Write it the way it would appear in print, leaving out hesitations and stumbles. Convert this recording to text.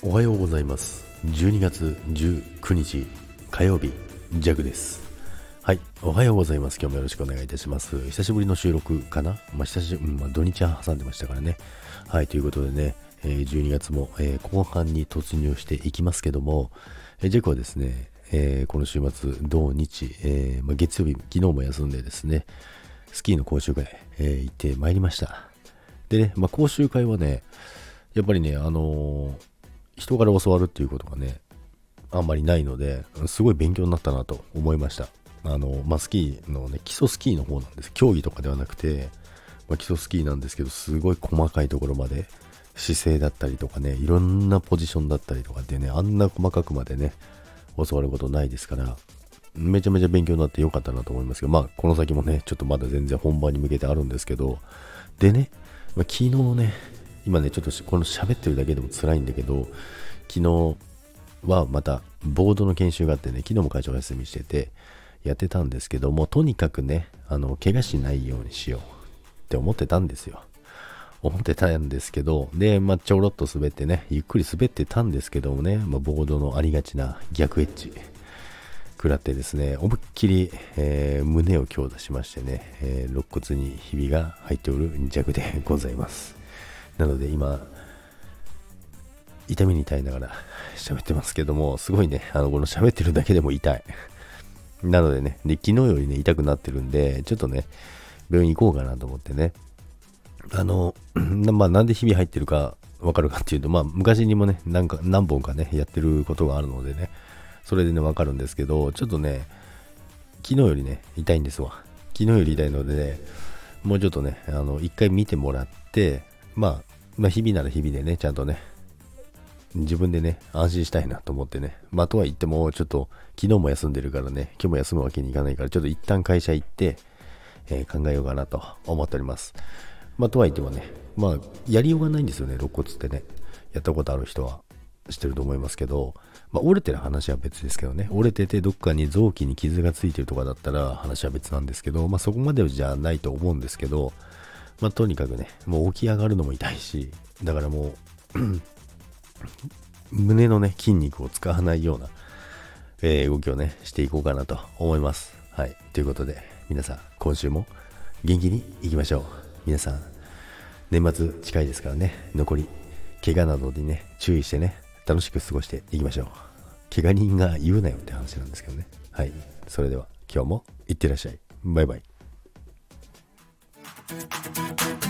おはようございます。12月19日火曜日、ジャグです。はい、おはようございます。今日もよろしくお願いいたします。久しぶりの収録かな。土日は挟んでましたからね。はい、ということでね、12月も、後半に突入していきますけども、ジャグはですね、この週末土日、月曜日昨日も休んでですね、スキーの講習会、行ってまいりました。でね、講習会はね、やっぱりね、人から教わるっていうことがね、あんまりないので、すごい勉強になったなと思いました。スキーのね、基礎スキーの方なんです。競技とかではなくて、基礎スキーなんですけど、すごい細かいところまで、姿勢だったりとかね、いろんなポジションだったりとかってね、あんな細かくまでね、教わることないですから、めちゃめちゃ勉強になってよかったなと思いますけど、この先もね、ちょっとまだ全然本番に向けてあるんですけど、でね、昨日ね、今ね、ちょっとこの喋ってるだけでも辛いんだけど、昨日はまたボードの研修があってね、昨日も会長が休みしててやってたんですけども、とにかくね、怪我しないようにしようって思ってたんですよ。思ってたんですけど、で、ちょろっと滑ってね、ゆっくり滑ってたんですけどもね、ボードのありがちな逆エッジ食らってですね、思いっきり、胸を強打しましてね、肋骨にひびが入っておる弱でございます。なので今、痛みに耐えながら喋ってますけども、すごいね、この喋ってるだけでも痛い。なのでね、昨日よりね、痛くなってるんで、ちょっとね、病院行こうかなと思ってね。なんでひび入ってるかわかるかっていうと、昔にもね、何本かね、やってることがあるのでね、それでね、わかるんですけど、ちょっとね、昨日よりね、痛いんですわ。昨日より痛いのでね、もうちょっとね、一回見てもらって、日々なら日々でね、ちゃんとね、自分でね、安心したいなと思ってね。とは言っても、ちょっと、昨日も休んでるからね、今日も休むわけにいかないから、ちょっと一旦会社行って、考えようかなと思っております。とは言ってもね、やりようがないんですよね、肋骨ってね。やったことある人は知ってると思いますけど、折れてる話は別ですけどね、折れててどっかに臓器に傷がついてるとかだったら話は別なんですけど、そこまでじゃないと思うんですけど、とにかくね、もう起き上がるのも痛いし、だからもう、胸のね、筋肉を使わないような、動きをね、していこうかなと思います。はい。ということで、皆さん、今週も元気にいきましょう。皆さん、年末近いですからね、残り、怪我などにね、注意してね、楽しく過ごしていきましょう。怪我人が言うなよって話なんですけどね。はい。それでは、今日もいってらっしゃい。バイバイ。